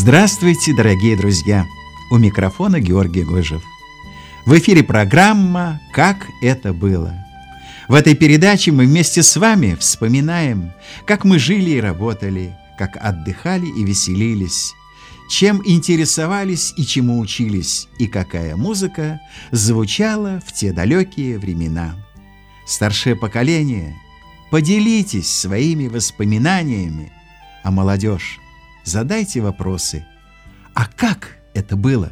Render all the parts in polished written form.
Здравствуйте, дорогие друзья! У микрофона Георгий Глыжев. В эфире программа «Как это было?». В этой передаче мы вместе с вами вспоминаем, как мы жили и работали, как отдыхали и веселились, чем интересовались и чему учились, и какая музыка звучала в те далекие времена. Старшее поколение, поделитесь своими воспоминаниями, а молодежь, задайте вопросы. А как это было?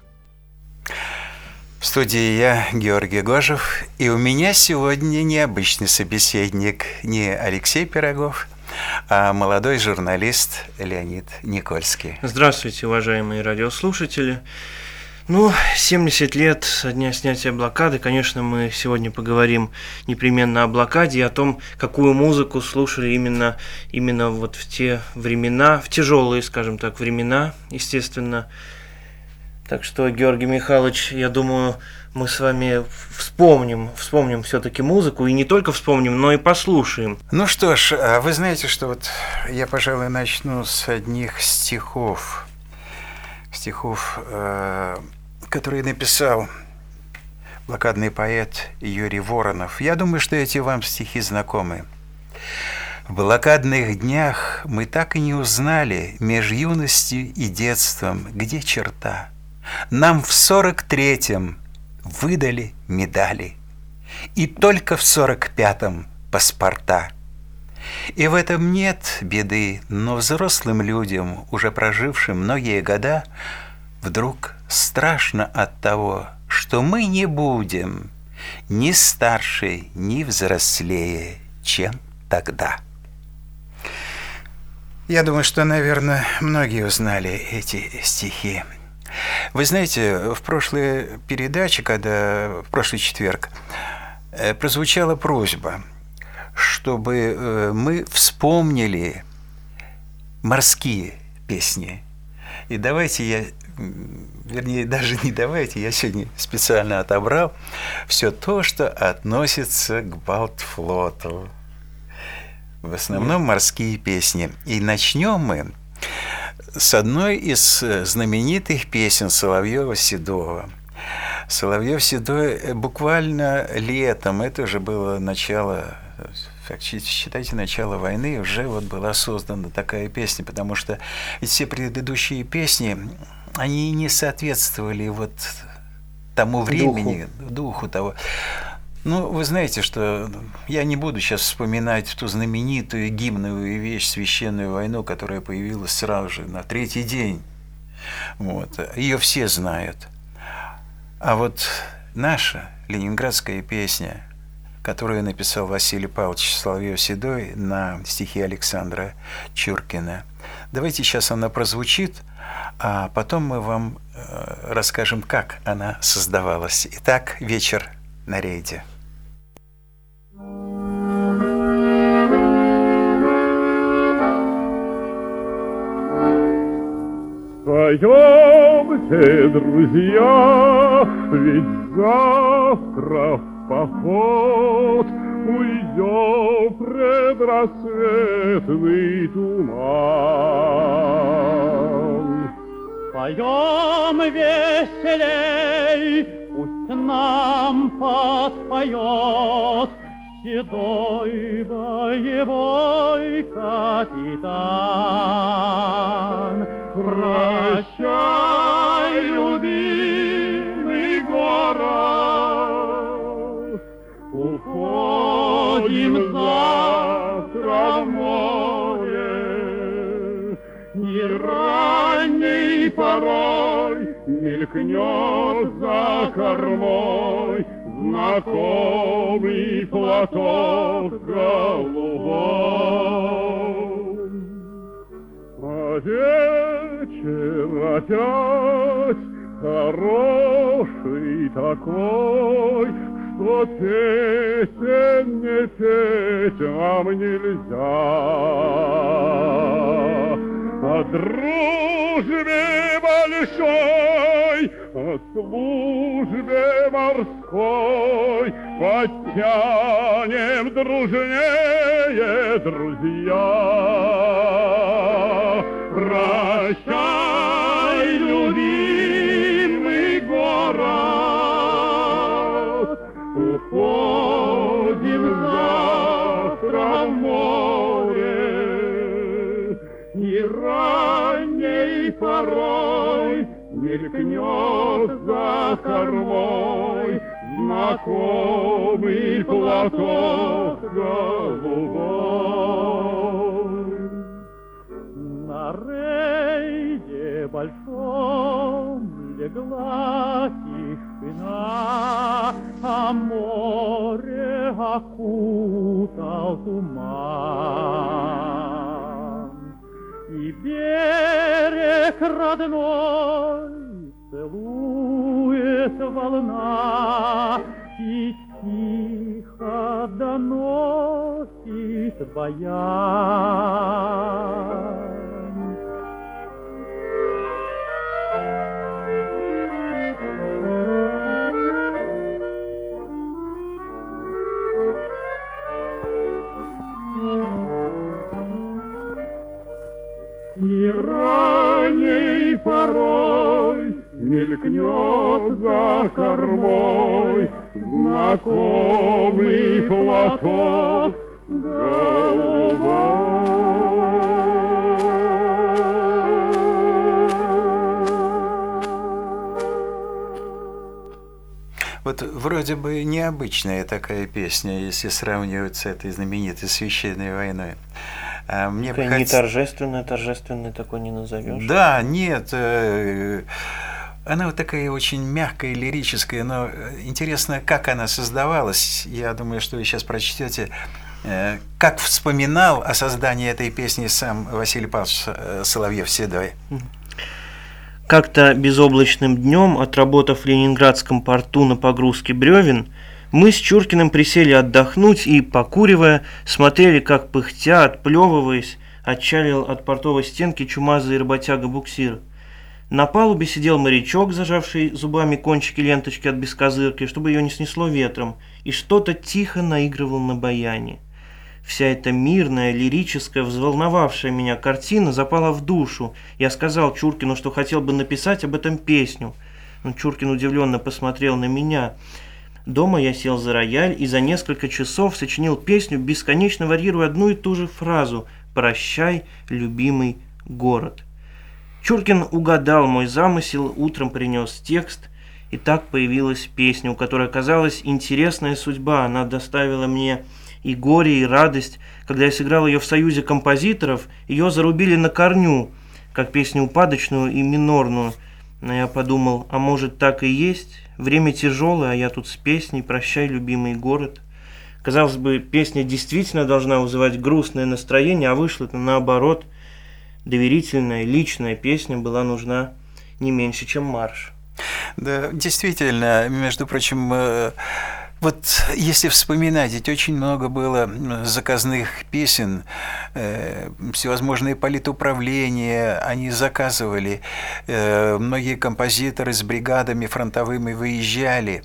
В студии я, Георгий Глыжев, и у меня сегодня необычный собеседник, не Алексей Пирогов, а молодой журналист Леонид Никольский. Здравствуйте, уважаемые радиослушатели. 70 лет со дня снятия блокады. Конечно, мы сегодня поговорим непременно о блокаде и о том, какую музыку слушали именно вот в те времена, в тяжелые, скажем так, времена, естественно. Так что, Георгий Михайлович, я думаю, мы с вами вспомним все-таки музыку, и не только вспомним, но и послушаем. Ну что ж, вы знаете, что вот я, пожалуй, начну с одних стихов, которые написал блокадный поэт Юрий Воронов. Я думаю, что эти вам стихи знакомы. В блокадных днях мы так и не узнали меж юностью и детством, где черта. Нам в 43-м выдали медали, и только в 45-м паспорта. И в этом нет беды, но взрослым людям, уже прожившим многие года, вдруг страшно от того, что мы не будем ни старше, ни взрослее, чем тогда. Я думаю, что, наверное, многие узнали эти стихи. Вы знаете, в прошлой передаче, в прошлый четверг, прозвучала просьба, чтобы мы вспомнили морские песни. И я сегодня специально отобрал все то, что относится к Балтфлоту. В основном морские песни. И начнем мы с одной из знаменитых песен Соловьева-Седова. Соловьев-Седой буквально летом, это уже было начало, считайте, начало войны, уже вот была создана такая песня, потому что все предыдущие песни, они не соответствовали вот тому времени, духу того. Вы знаете, что я не буду сейчас вспоминать ту знаменитую гимновую вещь «Священную войну», которая появилась сразу же на третий день. Ее все знают. А вот наша ленинградская песня, которую написал Василий Павлович Соловьев-Седой на стихи Александра Чуркина. Давайте сейчас она прозвучит, а потом мы вам расскажем, как она создавалась. Итак, «Вечер на рейде». Пойдемте, друзья, ведь завтра в поход уйдем в предрассветный туман. Поем веселей, пусть нам подпоет седой боевой капитан. Прощай, любимый город, уходим завтра в море. Не ранней порой мелькнет за кормой знакомый платок голубой. А вечер опять хороший такой, что песен не петь нам нельзя. О дружбе большой, о службе морской подтянем дружнее, друзья. Прощай. раз. Уходим завтра в море, и ранней порой мелькнет за кормой знакомый платок голубой. На рейде большом легла тишина, а море окутал туман. И берег родной целует волна, и тихо доносит баян. И ранней порой мелькнет за кормой знакомый платок голубой. Вот вроде бы необычная такая песня, если сравнивать с этой знаменитой «Священной войной». А мне бы Не торжественная такой не назовешь. Да, нет. Она вот такая очень мягкая, лирическая, но интересно, как она создавалась. Я думаю, что вы сейчас прочтете, как вспоминал о создании этой песни сам Василий Павлович Соловьев-Седой. Как-то безоблачным днем, отработав в Ленинградском порту на погрузке бревен, мы с Чуркиным присели отдохнуть и, покуривая, смотрели, как, пыхтя, отплевываясь, отчалил от портовой стенки чумазый работяга-буксир. На палубе сидел морячок, зажавший зубами кончики ленточки от бескозырки, чтобы ее не снесло ветром, и что-то тихо наигрывал на баяне. Вся эта мирная, лирическая, взволновавшая меня картина запала в душу. Я сказал Чуркину, что хотел бы написать об этом песню. Но Чуркин удивленно посмотрел на меня. Дома я сел за рояль и за несколько часов сочинил песню, бесконечно варьируя одну и ту же фразу «Прощай, любимый город». Чуркин угадал мой замысел, утром принес текст, и так появилась песня, у которой оказалась интересная судьба. Она доставила мне и горе, и радость. Когда я сыграл ее в союзе композиторов, ее зарубили на корню, как песню упадочную и минорную. Но я подумал, а может так и есть? Время тяжелое, а я тут с песней «Прощай, любимый город». Казалось бы, песня действительно должна вызывать грустное настроение, а вышло это наоборот. Доверительная, личная песня была нужна не меньше, чем марш. Да, действительно, между прочим, вот если вспоминать, ведь очень много было заказных песен, всевозможные политуправления, они заказывали, многие композиторы с бригадами фронтовыми выезжали,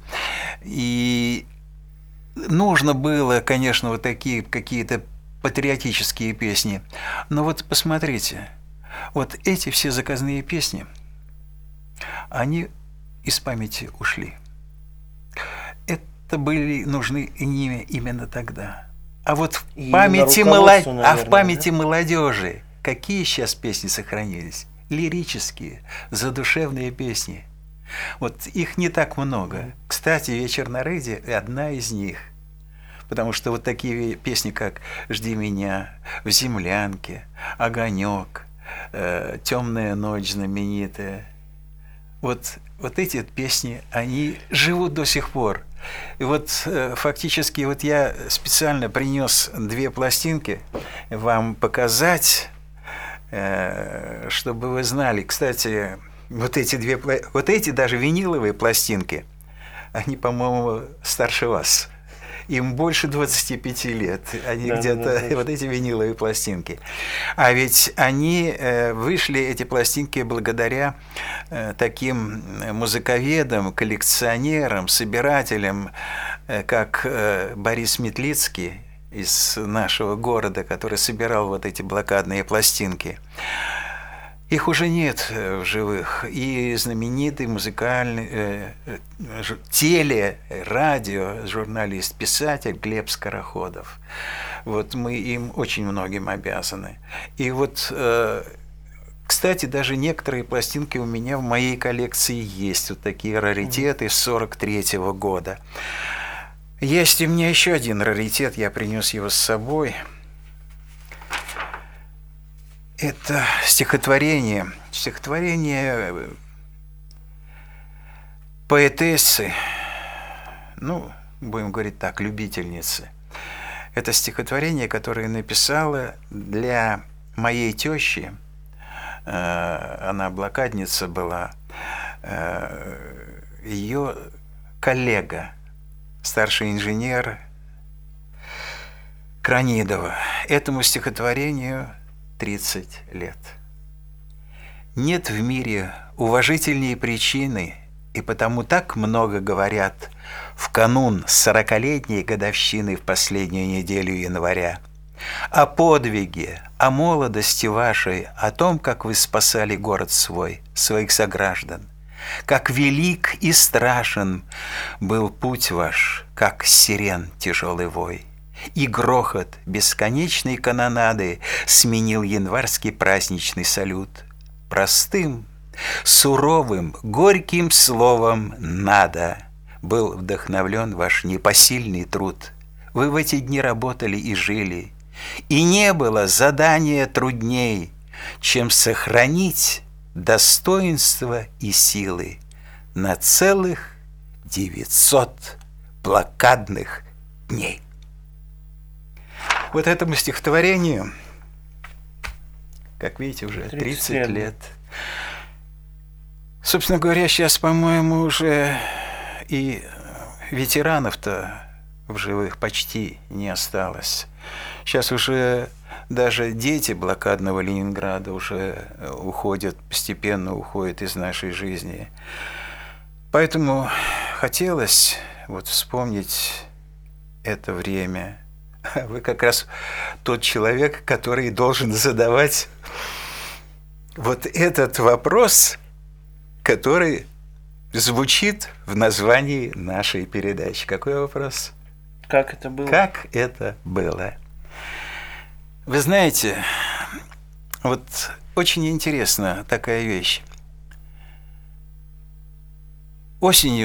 и нужно было, конечно, вот такие какие-то патриотические песни, но вот посмотрите, вот эти все заказные песни, они из памяти ушли. Были нужны именно тогда. А вот в памяти молодежи какие сейчас песни сохранились? Лирические, задушевные песни. Вот их не так много. Кстати, «Вечер на рейде» – одна из них. Потому что вот такие песни, как «Жди меня», «В землянке», «Огонек», «Темная ночь» знаменитая. Вот эти песни, они живут до сих пор. И вот фактически вот я специально принес 2 пластинки вам показать, чтобы вы знали. Кстати, вот эти даже виниловые пластинки, они, по-моему, старше вас. Им больше 25 лет. Они вот эти виниловые пластинки. А ведь они вышли, эти пластинки, благодаря таким музыковедам, коллекционерам, собирателям, как Борис Метлицкий из нашего города, который собирал вот эти блокадные пластинки. Их уже нет в живых. И знаменитый музыкальный радио журналист, писатель Глеб Скороходов. Вот мы им очень многим обязаны. И вот, кстати, даже некоторые пластинки у меня в моей коллекции есть. Вот такие раритеты с 1943 года. Есть у меня еще один раритет, я принес его с собой. Это стихотворение поэтессы, ну, будем говорить так, любительницы. Это стихотворение, которое написала для моей тещи, она блокадница была, ее коллега, старший инженер Кранидова. Этому стихотворению 30 лет. Нет в мире уважительнее причины, и потому так много говорят в канун 40-летней годовщины в последнюю неделю января. О подвиге, о молодости вашей, о том, как вы спасали город свой, своих сограждан, как велик и страшен был путь ваш, как сирен тяжелый вой. И грохот бесконечной канонады сменил январский праздничный салют. Простым, суровым, горьким словом «надо» был вдохновлен ваш непосильный труд. Вы в эти дни работали и жили, и не было задания трудней, чем сохранить достоинство и силы на целых 900 блокадных дней. Вот этому стихотворению, как видите, уже 30 лет. Собственно говоря, сейчас, по-моему, уже и ветеранов-то в живых почти не осталось. Сейчас уже даже дети блокадного Ленинграда уже уходят, постепенно уходят из нашей жизни. Поэтому хотелось вот вспомнить это время. Вы как раз тот человек, который должен задавать вот этот вопрос, который звучит в названии нашей передачи. Какой вопрос? Как это было? Как это было? Вы знаете, вот очень интересна такая вещь. Осенью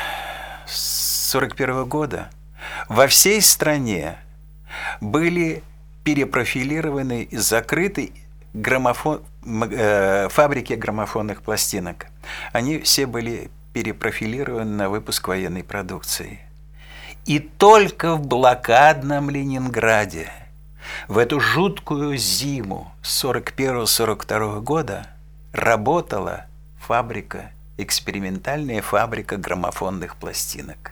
1941 года во всей стране были перепрофилированы и закрыты фабрики граммофонных пластинок. Они все были перепрофилированы на выпуск военной продукции. И только в блокадном Ленинграде в эту жуткую зиму 1941-1942 года работала фабрика, экспериментальная фабрика граммофонных пластинок.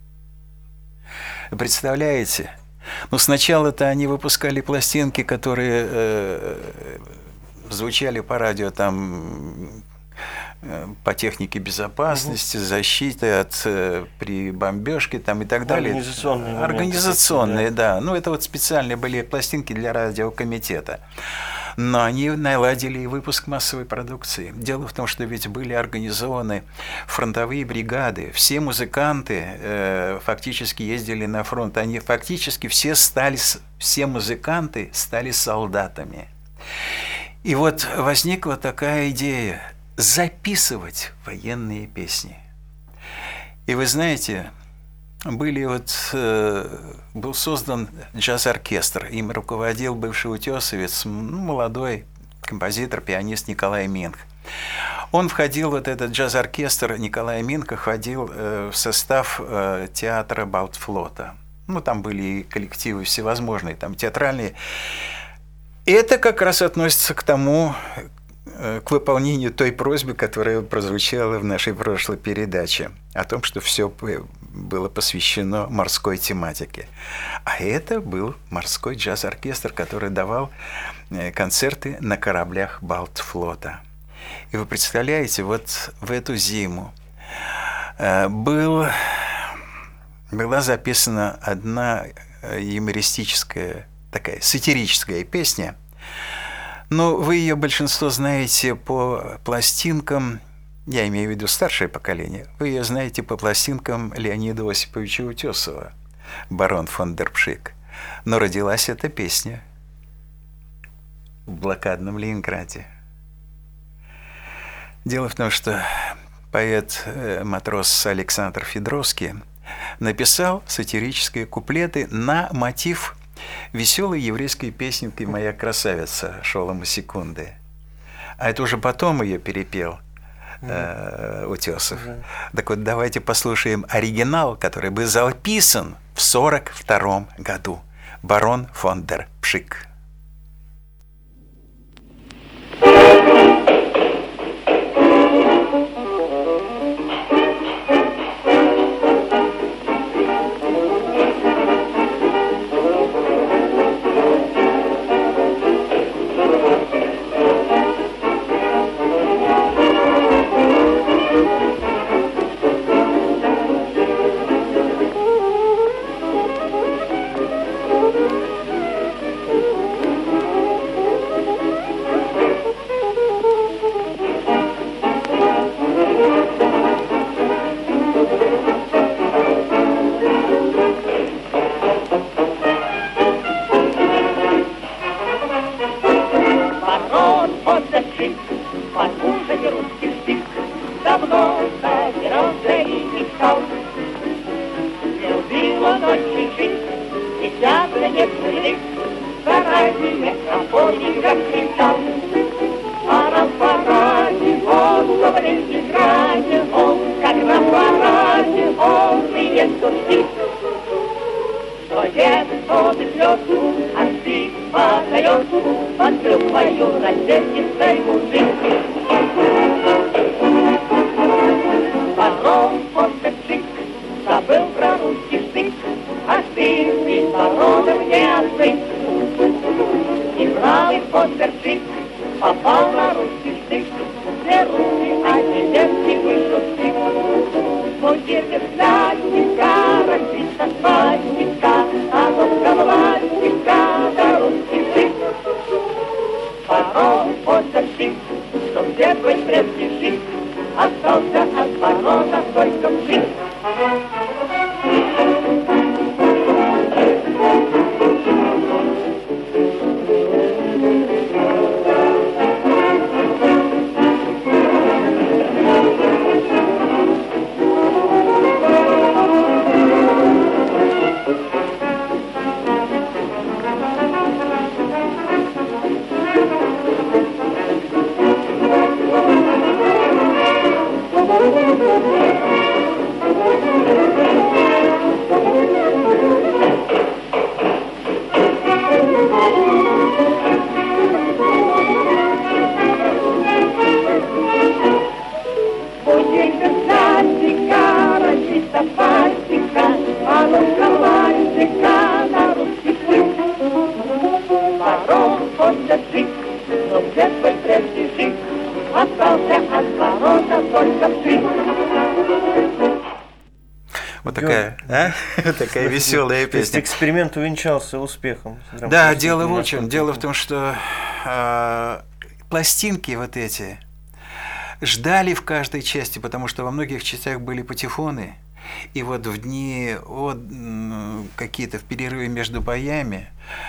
Вы представляете? Ну, сначала-то они выпускали пластинки, которые звучали по радио там по технике безопасности, защиты при бомбежке там и так далее. Организационные, да. Ну, это вот специальные были пластинки для радиокомитета. Но они наладили и выпуск массовой продукции. Дело в том, что ведь были организованы фронтовые бригады. Все музыканты фактически ездили на фронт. Они фактически все музыканты стали солдатами. И вот возникла такая идея – записывать военные песни. И вы знаете, был создан джаз-оркестр. Им руководил бывший утесовец, молодой композитор, пианист Николай Минх. Он входил, вот этот джаз-оркестр Николая Минха входил в состав театра Балтфлота. Ну, там были и коллективы всевозможные, там театральные. Это как раз относится к тому, к выполнению той просьбы, которая прозвучала в нашей прошлой передаче, о том, что все было посвящено морской тематике. А это был морской джаз-оркестр, который давал концерты на кораблях Балтфлота. И вы представляете, вот в эту зиму была записана одна юмористическая, такая сатирическая песня Ну, вы ее большинство знаете по пластинкам, я имею в виду старшее поколение, вы ее знаете по пластинкам Леонида Осиповича Утесова, «Барон фон дер Пшик». Но родилась эта песня в блокадном Ленинграде. Дело в том, что поэт-матрос Александр Федоровский написал сатирические куплеты на мотив веселой еврейской песенки «Моя красавица» Шолома Секунды. А это уже потом ее перепел Утесов. Так вот, давайте послушаем оригинал, который был записан в 1942 году. «Барон фон дер Пшик». Такая веселая песня. То есть эксперимент увенчался успехом. Да, дело в чем. Дело в том, что пластинки вот эти ждали в каждой части, потому что во многих частях были патефоны. И вот в дни какие-то в перерыве между боями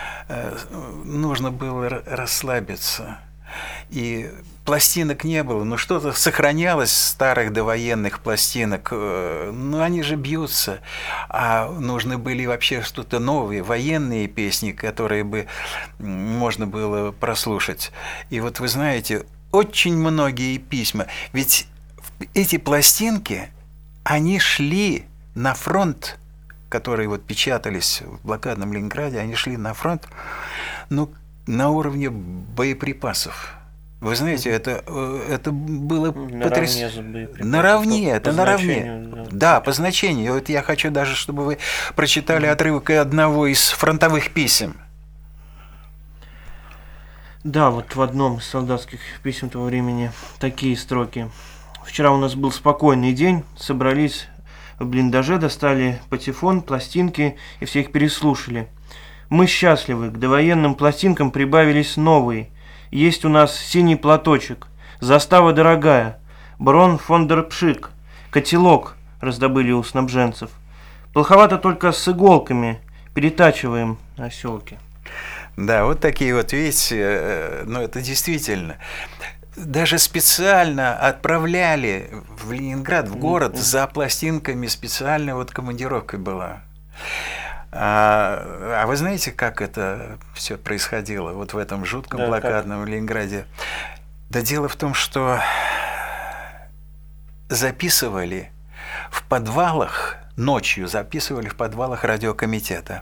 нужно было расслабиться. И пластинок не было, но что-то сохранялось, старых довоенных пластинок, но они же бьются, а нужны были вообще что-то новые, военные песни, которые бы можно было прослушать. И вот вы знаете, очень многие письма, ведь эти пластинки, они шли на фронт, которые вот печатались в блокадном Ленинграде, они шли на фронт, ну, на уровне боеприпасов. Вы знаете, это было потрясающе. Наравне, это наравне. Да, по значению. Вот я хочу даже, чтобы вы прочитали отрывок одного из фронтовых писем. Да, вот в одном из солдатских писем того времени такие строки. Вчера у нас был спокойный день, собрались в блиндаже, достали патефон, пластинки и все их переслушали. Мы счастливы, к довоенным пластинкам прибавились новые. Есть у нас синий платочек, застава дорогая, барон фон дер Пшик, котелок раздобыли у снабженцев. Плоховато только с иголками, перетачиваем на оселке. Да, вот такие вот, видите, ну это действительно. Даже специально отправляли в Ленинград, в город, за пластинками, специальная вот командировка была. А вы знаете, как это все происходило вот в этом жутком блокадном Ленинграде? Да дело в том, что записывали в подвалах, ночью записывали в подвалах радиокомитета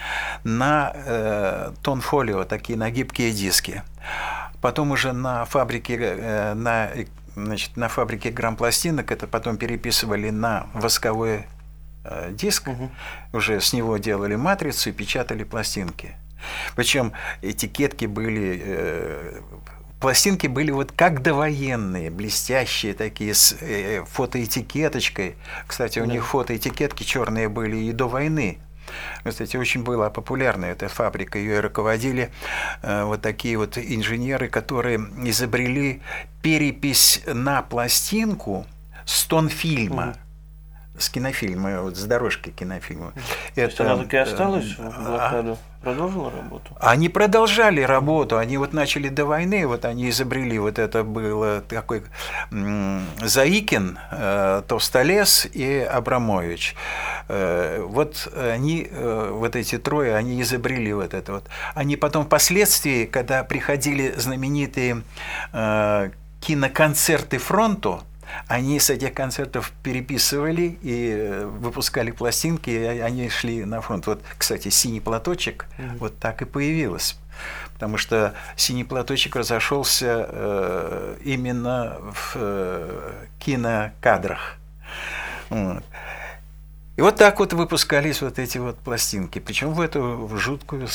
на тонфолио, такие на гибкие диски. Потом уже на фабрике, на фабрике грампластинок это потом переписывали на восковой диск, уже с него делали матрицу и печатали пластинки. Причем этикетки были, пластинки были вот как довоенные, блестящие такие, с фотоэтикеточкой. Кстати, у них фотоэтикетки черные были и до войны. Кстати, очень была популярна эта фабрика, ее руководили вот такие вот инженеры, которые изобрели перепись на пластинку с тонфильма, с кинофильма, вот с дорожки кинофильма. Это она так и осталась в блокаду? Продолжила работу? Они продолжали работу, они вот начали до войны, вот они изобрели, вот это был такой Заикин, Товстолес и Абрамович. Вот они, вот эти трое, они изобрели вот это вот. Они потом впоследствии, когда приходили знаменитые киноконцерты фронту, они с этих концертов переписывали и выпускали пластинки, и они шли на фронт. Вот, кстати, «Синий платочек» вот так и появилась, потому что «Синий платочек» разошелся именно в кинокадрах. Вот. И вот так вот выпускались вот эти вот пластинки, причем в эту жуткую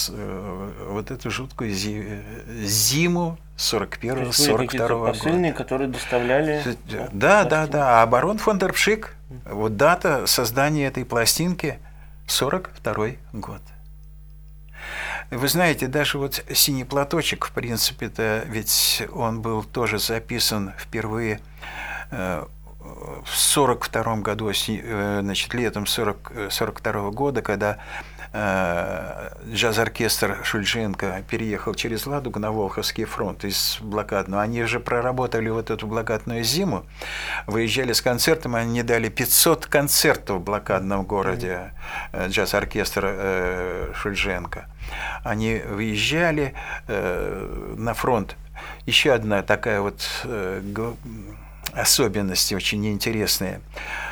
зиму 41-42 года. Посыльные, которые доставляли. Да. А барон фон дер Пшик, вот дата создания этой пластинки 42 год. Вы знаете, даже вот «Синий платочек», в принципе-то, ведь он был тоже записан впервые в 1942 году, значит, летом 1942 года, когда джаз-оркестр Шульженко переехал через Ладогу на Волховский фронт из блокадного. Они же проработали вот эту блокадную зиму, выезжали с концертом, они дали 500 концертов в блокадном городе, джаз-оркестр Шульженко. Они выезжали на фронт. Еще одна такая вот особенность очень интересная.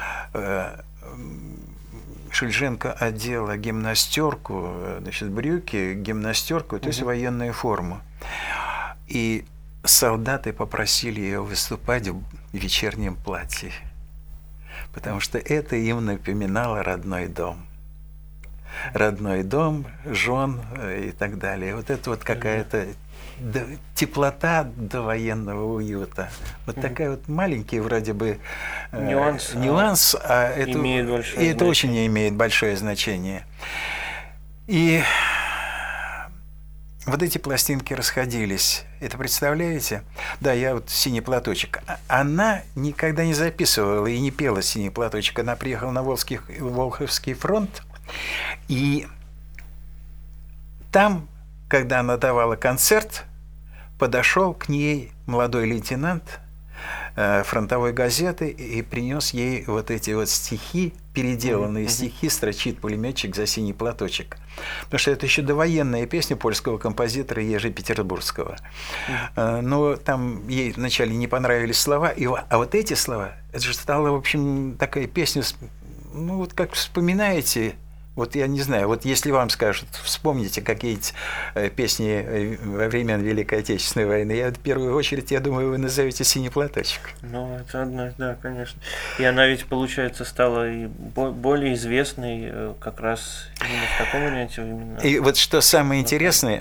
Шульженко одела гимнастерку, значит, брюки, гимнастерку, то есть военную форму. И солдаты попросили ее выступать в вечернем платье, потому что это им напоминало родной дом. Родной дом, жен и так далее. Вот это вот какая-то теплота до военного уюта. Вот такая вот маленький вроде бы нюанс, а это очень имеет большое значение. И вот эти пластинки расходились. Это представляете? Да, я вот «Синий платочек». Она никогда не записывала и не пела «Синий платочек». Она приехала на Волховский фронт, и там, когда она давала концерт, подошел к ней молодой лейтенант фронтовой газеты и принес ей вот эти вот стихи, переделанные стихи, строчит пулеметчик за «Синий платочек». Потому что это еще довоенная песня польского композитора Ежи Петербургского. Но там ей вначале не понравились слова, а вот эти слова, это же стала, в общем, такая песня, ну вот как вспоминаете. Вот я не знаю, вот если вам скажут, вспомните какие-то песни во время Великой Отечественной войны, я в первую очередь, я думаю, вы назовете «Синий платочек». Ну, это одна, да, конечно. И она ведь, получается, стала и более известной как раз именно в таком варианте. Именно. И вот что самое интересное,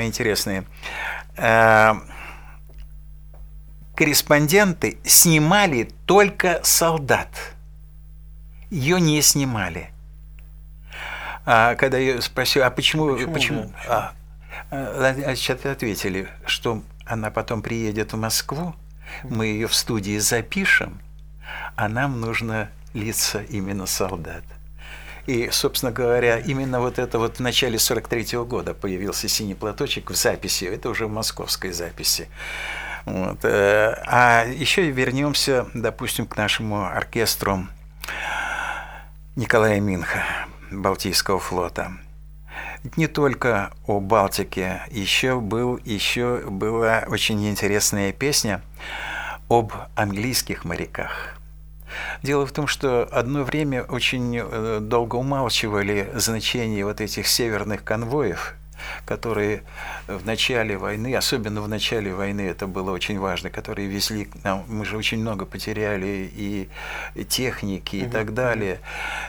корреспонденты снимали только солдат. Ее не снимали. А когда я спросил, а почему? Ответили, что она потом приедет в Москву, мы ее в студии запишем, а нам нужно лица именно солдат. И, собственно говоря, именно вот это вот в начале 43-го года появился «Синий платочек» в записи, это уже в московской записи. Вот. А еще вернемся, допустим, к нашему оркестру Николая Минха, Балтийского флота. Не только о Балтике, еще была очень интересная песня об английских моряках. Дело в том, что одно время очень долго умалчивали значение вот этих северных конвоев, которые в начале войны, особенно в начале войны это было очень важно, которые везли к нам, мы же очень много потеряли и техники и так далее,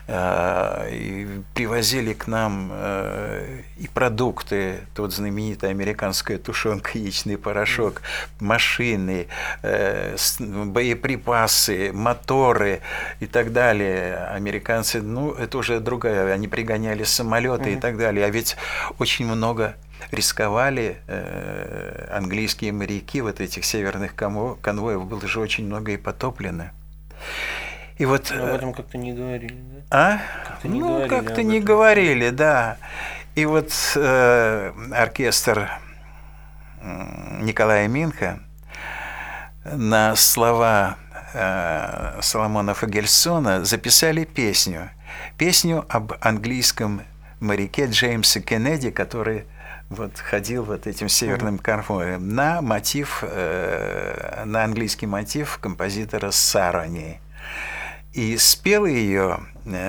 и привозили к нам и продукты, тот знаменитая американская тушенка, яичный порошок, машины, боеприпасы, моторы и так далее. Американцы, ну, это уже другая, они пригоняли самолеты и так далее, а ведь очень много рисковали английские моряки, вот этих северных конвоев было же очень много и потоплено. И вот об этом как-то не говорили, да? А? Как-то не говорили, да. И вот оркестр Николая Минха на слова Соломона Фагельсона записали песню об английском моряке Джеймсе Кеннеди, который вот ходил вот этим северным конвоем на английский мотив композитора Сарони. И спел ее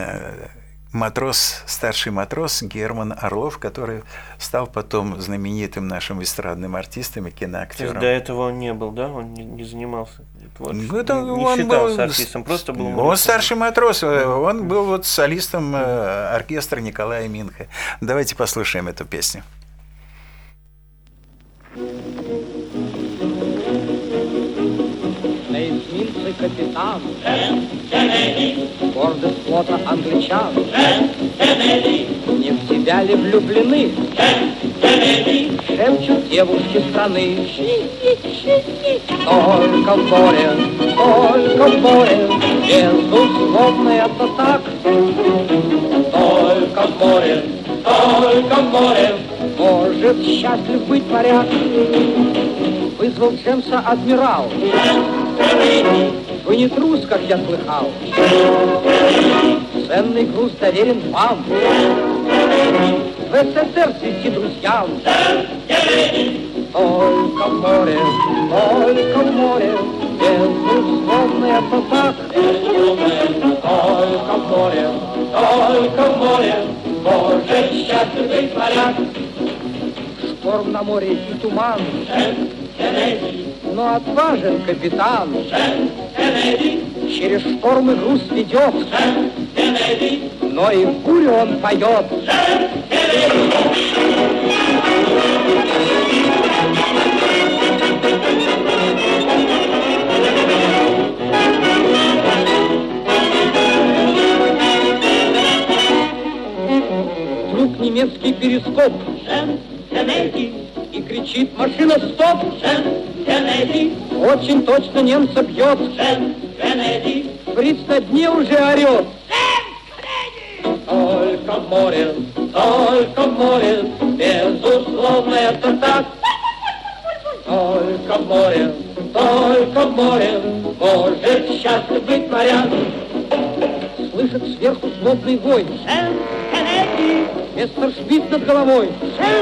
старший матрос Герман Орлов, который стал потом знаменитым нашим эстрадным артистом и киноактером. То есть до этого он не был, да? Он не занимался творчеством? Не считался артистом, просто был моряком. Он старший матрос, он был вот солистом оркестра Николая Минха. Давайте послушаем эту песню. На эсминце капитан, гордость флота англичан, не в тебя ли влюблены, шепчут девушки страны. Только в море, безусловно, это так. Только в море, может счастлив быть моряк. Вызвал Джемса адмирал. Вы не трус, как я слыхал. Ценный груз доверен вам. В СССР свести друзьям. Только в море, безусловно, это так. Только в море, может счастлив быть моряк. Шторм на море и туман, но отважен капитан. Через штормы груз ведет, но и в бурю он поет. Вдруг немецкий перископ и кричит: машина, стоп! Очень точно немца бьет. Фриц на дне уже орет. Только в море, безусловно, это так. Только в море, может счастлив быть моряк. Слышит сверху злобный вой. Мессершмитт над головой.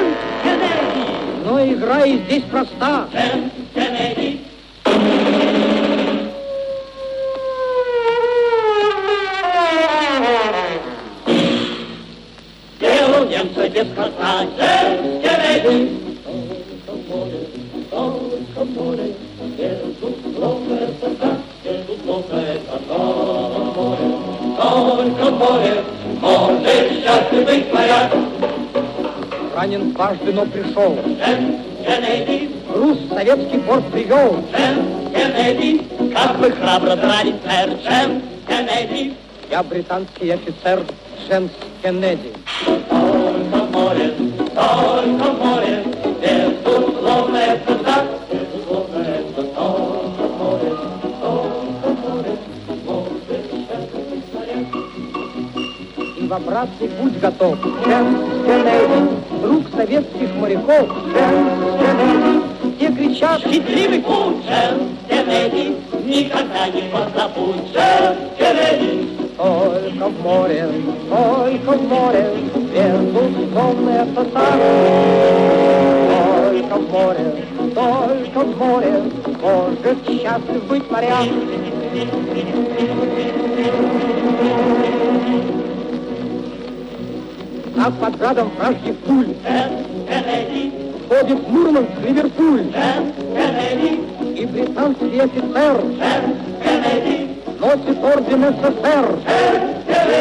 Но игра и здесь проста. Делал немца без конца. Только в море, безусловно, это так. Только в море, может счастлив быть моряк. Ранен дважды, но пришел. Груз в советский порт привел. Как вы храбро дрались, сэр Джеймс Кеннеди. Я британский офицер Джеймс Кеннеди. Только в море, безусловно, это так. в обратный путь готов. Джеймс Кеннеди, друг советских моряков. Джеймс Кеннеди, все кричат: Счастливый путь, Джеймс Кеннеди, никогда не позабудь, Джеймс Кеннеди. Только в море, безусловно, это так. Только в море может счастлив быть моряк. А под градом вражьих пуль ходит Мурманск, Ливерпуль, и британский офицер носит орден СССР.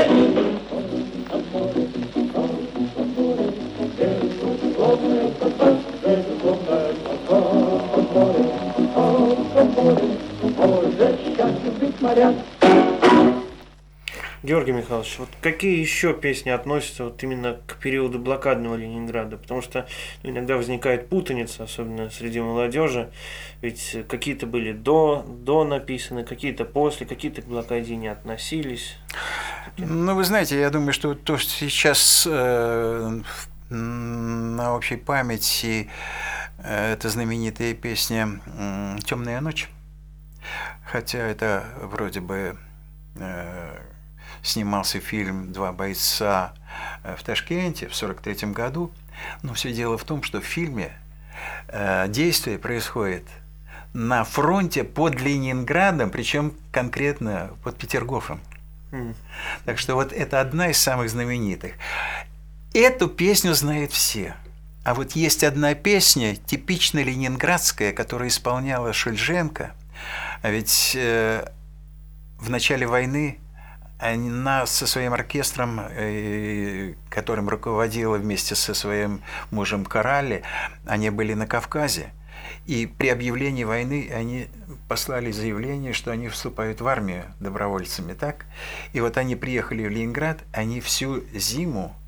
Георгий Михайлович, вот какие еще песни относятся вот именно к периоду блокадного Ленинграда? Потому что иногда возникает путаница, особенно среди молодежи. Ведь какие-то были до написаны, какие-то после, какие-то к блокаде не относились. Ну, вы знаете, я думаю, что то, что сейчас на общей памяти, это знаменитая песня «Темная ночь». Хотя это вроде бы снимался фильм «Два бойца» в Ташкенте в 1943 году. Но все дело в том, что в фильме действие происходит на фронте под Ленинградом, причем конкретно под Петергофом. Так что вот это одна из самых знаменитых. Эту песню знают все. А вот есть одна песня, типично ленинградская, которую исполняла Шульженко. А ведь в начале войны она со своим оркестром, которым руководила вместе со своим мужем Коралли, они были на Кавказе. И при объявлении войны они послали заявление, что они вступают в армию добровольцами. Так? И вот они приехали в Ленинград, они всю зиму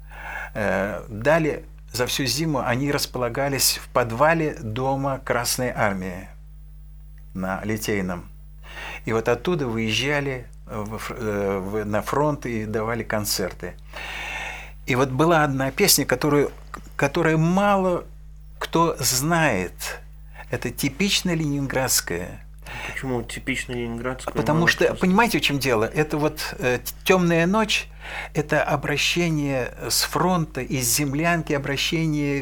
за всю зиму они располагались в подвале дома Красной Армии на Литейном. И вот оттуда выезжали на фронт и давали концерты. И вот была одна песня, которую мало кто знает. Это типично ленинградская. Почему типично ленинградская? Потому что, понимаете, в чем дело? Это вот «Темная ночь», это обращение с фронта, из землянки, обращение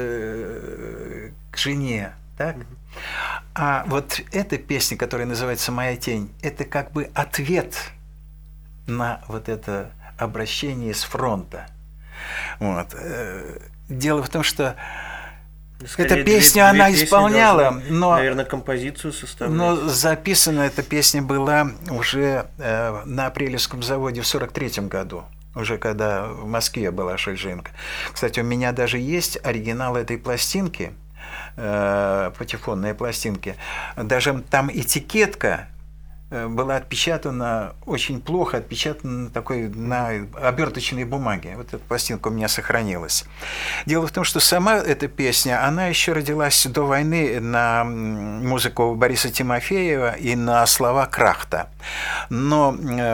к жене. Так? А вот эта песня, которая называется «Моя тень», это как бы ответ на вот это обращение с фронта. Вот. Дело в том, что эта песня она исполняла, но, наверное, композицию составлять. Но записана эта песня была уже на Апрелевском заводе в 1943 году, уже когда в Москве была Шульженко. Кстати, у меня даже есть оригинал этой пластинки, патефонные пластинки. Даже там этикетка была отпечатана, очень плохо отпечатана на оберточной бумаге. Вот эта пластинка у меня сохранилась. Дело в том, что сама эта песня, она еще родилась до войны на музыку Бориса Тимофеева и на слова Крахта. Но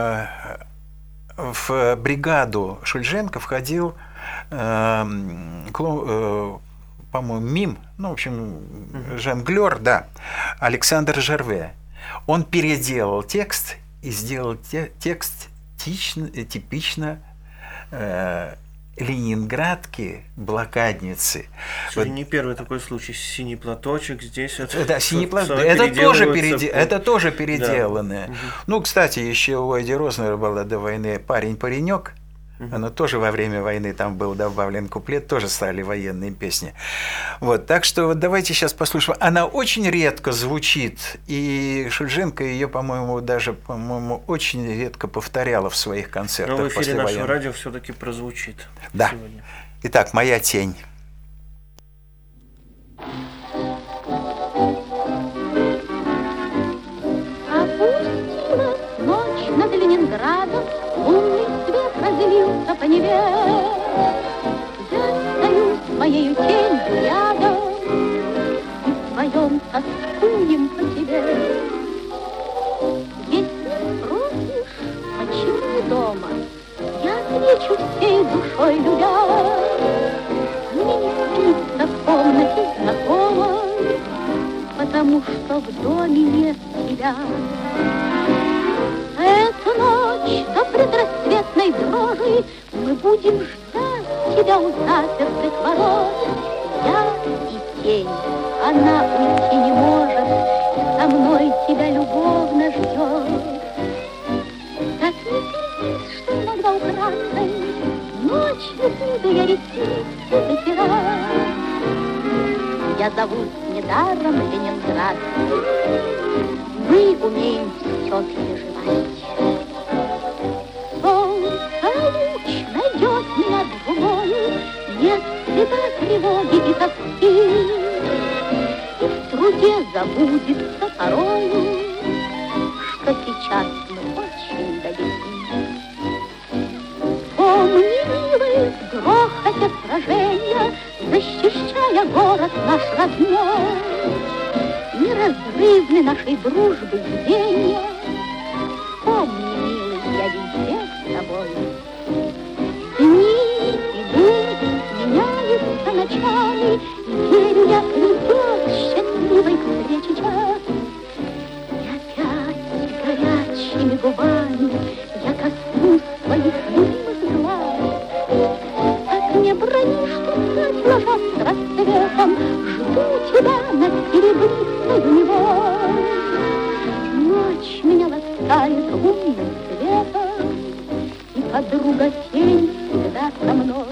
в бригаду Шульженко входил, по-моему, мим, ну, в общем, жонглер, да, Александр Жерве. Он переделал текст и сделал текст типично ленинградки, блокадницы. Вот. Не первый такой случай. Синий платочек здесь. Да, синий платочек. Это тоже переделанное. Да. Ну, кстати, еще у Эдди Рознера была до войны «Парень-паренек». Оно тоже во время войны там был добавлен куплет, тоже стали военные песни. Вот, так что вот давайте сейчас послушаем. Она очень редко звучит, и Шульженко ее, по-моему, очень редко повторяла в своих концертах. Но в эфире нашего радио все-таки прозвучит. Да. Сегодня. Итак, «Моя тень». Опустилась ночь над Ленинградом, лунный свет разлился по небе. Я стою с моею тенью рядом и вдвоем тоскуем по тебе. Если спросишь, почему дома, я отвечу. плачу всей душой любя. Мне не спится в комнате знакомой, потому что в доме нет тебя. Эту ночь до предрассветной дрожи мы будем ждать тебя у запертых ворот. Я и тень, она уйти не может, со мной тебя любовно ждет. Так не сердись, что иногда украдкой ночью буду я ресницы затирать. Я зовусь недаром Ленинград, мы умеем все переживать. Солнце луч найдет меня другою, нет цвета тревоги и тоски, и в труде забудется порою, что сейчас мы очень далеки. Помни, милый, в грохоте сражения, защищая город наш родной, неразрывны нашей дружбы звенья. Помни, милый, я везде с тобой. Дни идут, меняются ночами, и верю я, придет счастливой к встрече час. И опять горячими губами я коснусь твоих любимых глаз. Так не брони, что встать ложась с рассветом, жду тебя над серебристою Невой. Ночь меня ласкает лунным светом, и подруга тень всегда со мной.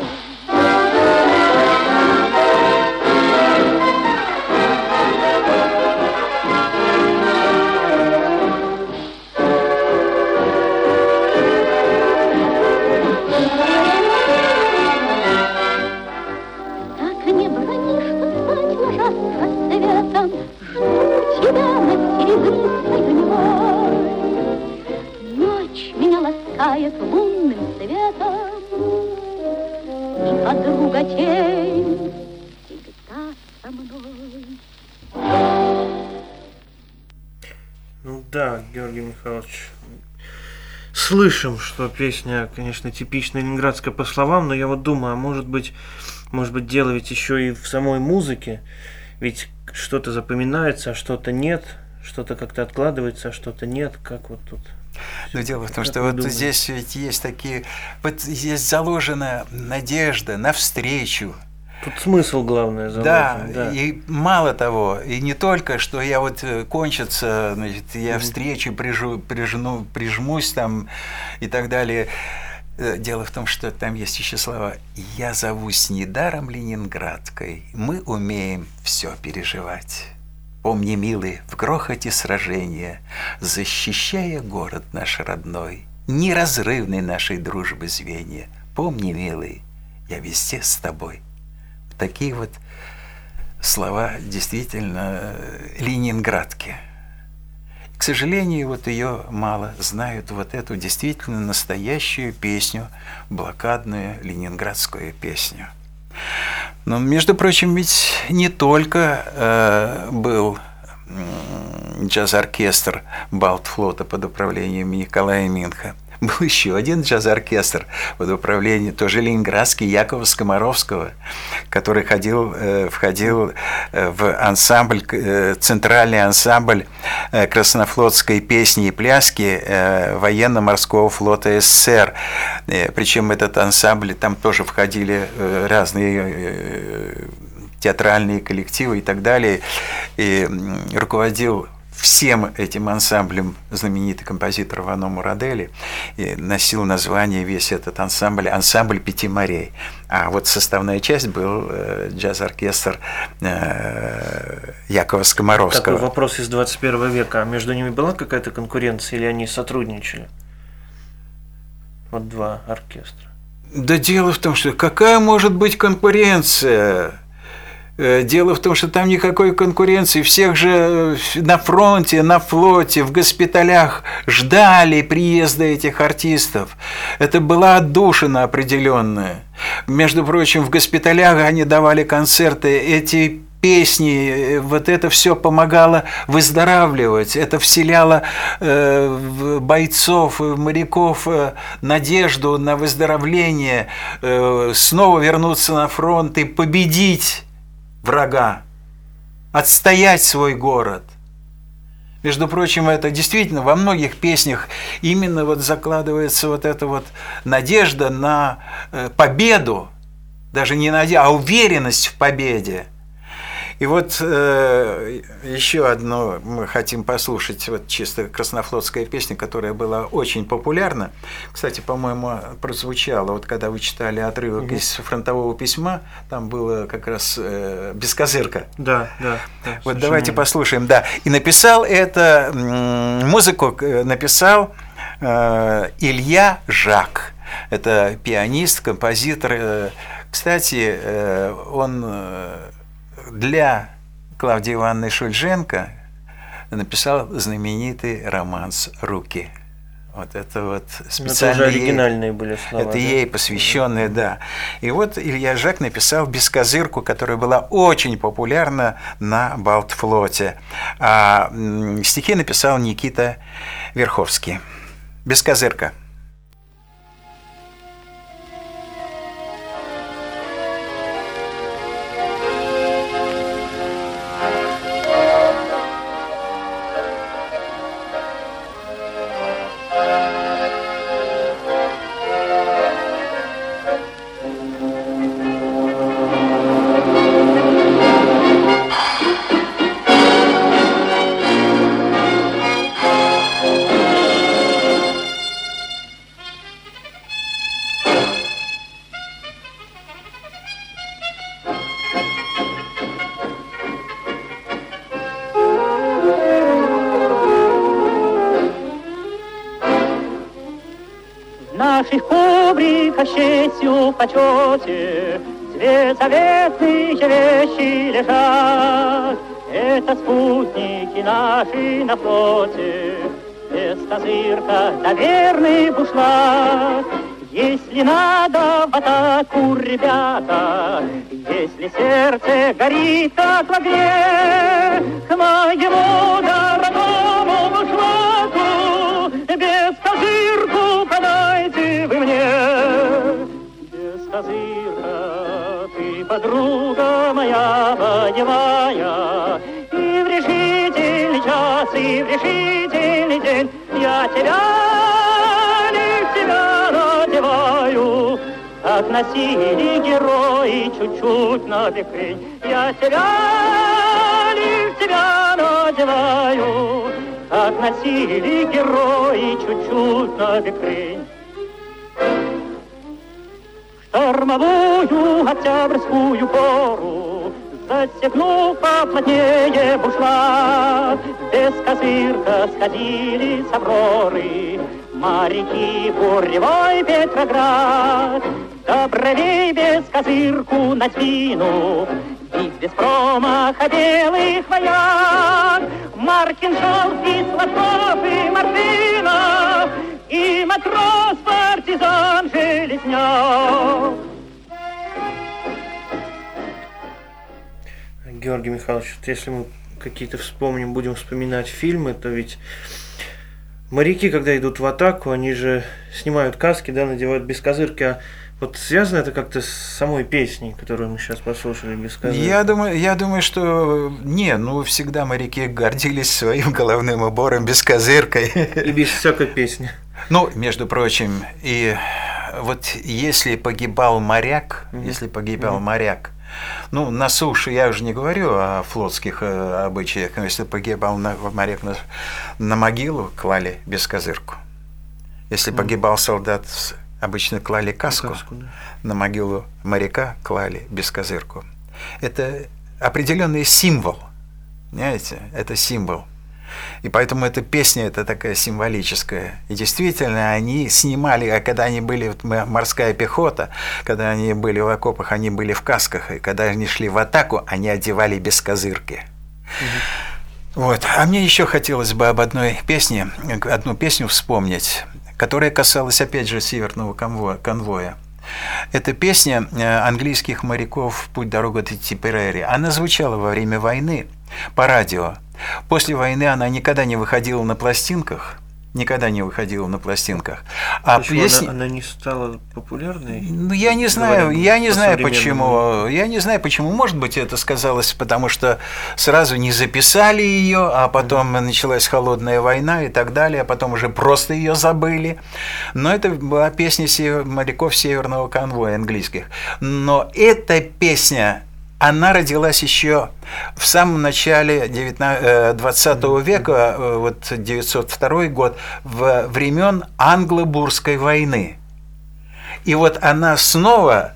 Так не брони, что спать ложась с рассветом, жду тебя над серебристою Невой. Ночь меня ласкает лунным светом, и подруга тень всегда со мной. Ну да, Георгий Михайлович, слышим, что песня, конечно, типичная ленинградская по словам, но я вот думаю, а может быть дело ведь еще и в самой музыке, ведь что-то запоминается, а что-то нет, что-то как-то откладывается, а что-то нет, как вот тут. Но дело в том, что вот здесь ведь есть такие, вот здесь заложена надежда на встречу. Тут смысл главное заложен. Да, и мало того, и не только, что я вот кончится, значит, я встречу, прижмусь там и так далее. Дело в том, что там есть еще слова «Я зовусь недаром Ленинградкой, мы умеем все переживать». Помни, милый, в грохоте сражения, защищая город наш родной, неразрывной нашей дружбы звенья. Помни, милый, я везде с тобой. Такие вот слова действительно ленинградки. К сожалению, вот ее мало знают, вот эту действительно настоящую песню, блокадную ленинградскую песню. Но, между прочим, ведь не только был джаз-оркестр Балтфлота под управлением Николая Минха. Был еще один джаз-оркестр под управлением тоже ленинградский Якова Скоморовского, который входил в ансамбль, центральный ансамбль краснофлотской песни и пляски военно-морского флота СССР. Причем этот ансамбль, там тоже входили разные театральные коллективы и так далее. И руководил всем этим ансамблем знаменитый композитор Вано Мурадели, и носил название весь этот ансамбль «Ансамбль Пяти морей». А вот составная часть был джаз-оркестр Якова Скоморовского. Такой вопрос из 21 века. А между ними была какая-то конкуренция или они сотрудничали? Вот два оркестра. Да дело в том, что какая может быть конкуренция? Дело в том, что там никакой конкуренции. Всех же на фронте, на флоте, в госпиталях ждали приезда этих артистов. Это была отдушина определенная. Между прочим, в госпиталях они давали концерты. Эти песни, вот это все помогало выздоравливать, это вселяло в бойцов, в моряков надежду на выздоровление, снова вернуться на фронт и победить врага, отстоять свой город. Между прочим, это действительно во многих песнях именно вот закладывается вот эта вот надежда на победу, даже не надежда, а уверенность в победе. И вот еще одну мы хотим послушать, вот чисто краснофлотская песня, которая была очень популярна. Кстати, по-моему, прозвучала, вот когда вы читали отрывок из фронтового письма, там было как раз «Бескозырка». Да. Вот давайте послушаем, да. И написал это, музыку написал Илья Жак. Это пианист, композитор. Кстати, он для Клавдии Ивановны Шульженко написал знаменитый романс «Руки». Вот это вот специально. Это уже оригинальные были слова. Это ей посвященные, да. И вот Илья Жак написал «Бескозырку», которая была очень популярна на Балтфлоте. А стихи написал Никита Верховский. «Бескозырка». наших кубриках честью в почете две заветные вещи лежат. Это спутники наши на флоте, Бескозырка да верный бушлат. Если надо в атаку, ребята, если сердце горит как в огне, к моему дорогому бушлату Бескозырку подайте вы мне. Бескозырка, ты подруга моя боевая, и в решительный час, и в решительный день я тебя надеваю, как носили герои чуть-чуть на бекрень. Я тебя, лишь тебя надеваю, как носили герои чуть-чуть на бекрень. В штормовую октябрьскую пору, застегнув поплотнее бушлат, Бескозырка сходили с Авроры моряки буревой Петроград. До бровей Бескозырку на спину, бить без промаха белых вояк. Маркин, Шелк, Сладков и Мартынов, и матрос-партизан Железняк. Георгий Михайлович, вот если мы какие-то вспомним, будем вспоминать фильмы, то ведь моряки, когда идут в атаку, они же снимают каски, да, надевают бескозырки. А вот связано это как-то с самой песней, которую мы сейчас послушали, «Бескозырка»? Я думаю, что всегда моряки гордились своим головным убором, бескозыркой. И без всякой песни. Между прочим, и вот если погибал моряк, на суше я уже не говорю о флотских обычаях, но если погибал моряк на могилу, клали бескозырку. Если погибал солдат, обычно клали каску, да. На могилу моряка клали бескозырку. Это определенный символ, понимаете, это символ. И поэтому эта песня, это такая символическая. И действительно, они снимали, а когда они были, морская пехота, когда они были в окопах, они были в касках, и когда они шли в атаку, они одевали бескозырки. Вот. А мне еще хотелось бы об одну песню вспомнить, которая касалась, опять же, Северного конвоя. Это песня английских моряков «Путь, дорога до Типперери». Она звучала во время войны по радио. После войны она никогда не выходила на пластинках. А почему она не стала популярной? Ну, я не знаю почему. Я не знаю, почему. Может быть, это сказалось, потому что сразу не записали ее, а потом началась холодная война и так далее, а потом уже просто ее забыли. Но это была песня моряков Северного конвоя английских. Но эта песня, она родилась еще в самом начале 20 века, вот 902 год, во времен Англо-Бурской войны. И вот она снова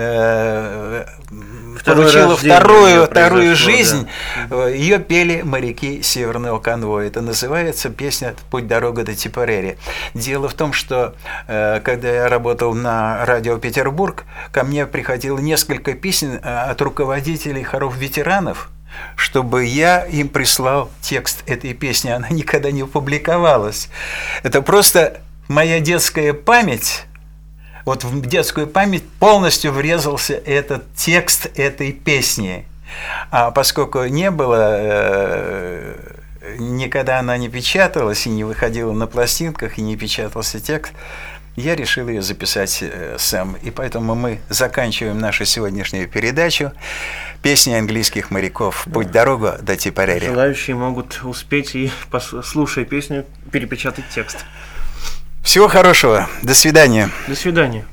получила вторую жизнь. Да. Ее пели моряки Северного конвоя. Это называется песня «Путь, дорога до Типперери». Дело в том, что когда я работал на радио Петербург, ко мне приходило несколько песен от руководителей хоров ветеранов, чтобы я им прислал текст этой песни. Она никогда не публиковалась. Это просто моя детская память. Вот в детскую память полностью врезался этот текст этой песни. А поскольку не было, никогда она не печаталась и не выходила на пластинках, и не печатался текст, я решил ее записать сам. И поэтому мы заканчиваем нашу сегодняшнюю передачу песней английских моряков «Путь, дорога до Типперери». Желающие могут успеть и, слушая песню, перепечатать текст. Всего хорошего. До свидания. До свидания.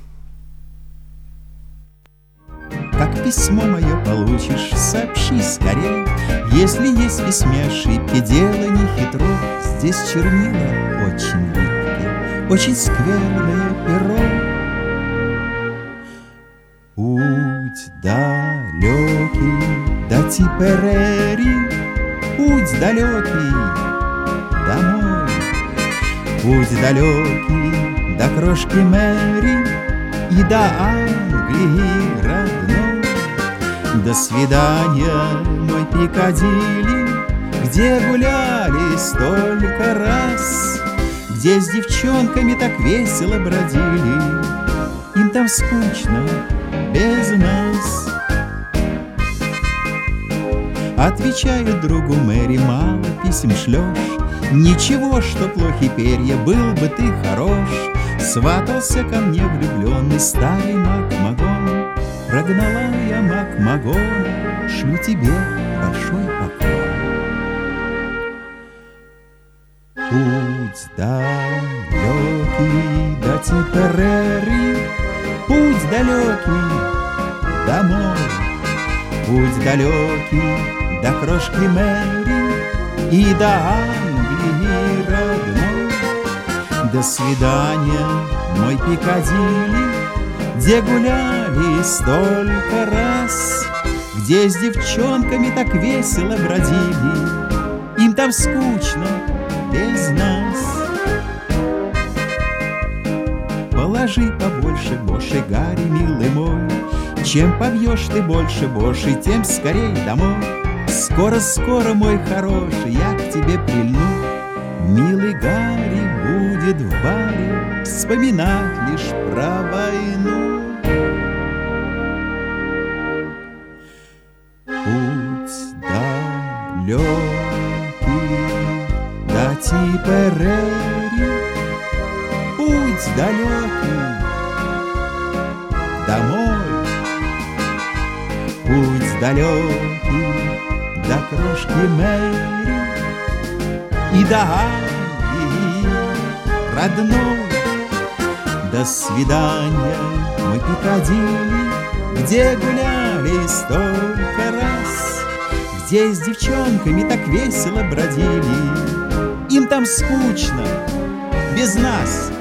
Как письмо мое получишь, сообщи скорее. Если есть в письме ошибки, дело не хитро. Здесь чернила очень липкие, очень скверное перо. Путь далекий до Типперери, путь далекий домой. Путь далекий до крошки Мэри и до Англии родной. До свидания, мой Пикадилли, где гуляли столько раз, где с девчонками так весело бродили, им там скучно без нас. Отвечает другу Мэри: мало писем шлешь, ничего, что плохи перья, был бы ты хорош. Сватался ко мне влюбленный старый Мак-Магон. Прогнала я Мак-Магона, шлю тебе большой поклон. Путь далекий до Типперери, путь далекий домой. Путь далекий до крошки Мэри и до Англии родной. До свидания, мой Пикадилли, где гуляли столько раз, где с девчонками так весело бродили, им там скучно без нас. Положи побольше, Боши, Гарри, милый мой, чем повьешь ты больше, Боши, тем скорей домой. Скоро-скоро, мой хороший, я к тебе прильну. Милый Гарри будет в баре вспоминать лишь про войну. Путь далекий до Типперери, путь далекий домой. Путь далекий до крошки Мэри и до Англии родной. До свидания, мой Пикадилли, где гуляли столько раз, где с девчонками так весело бродили, им там скучно без нас.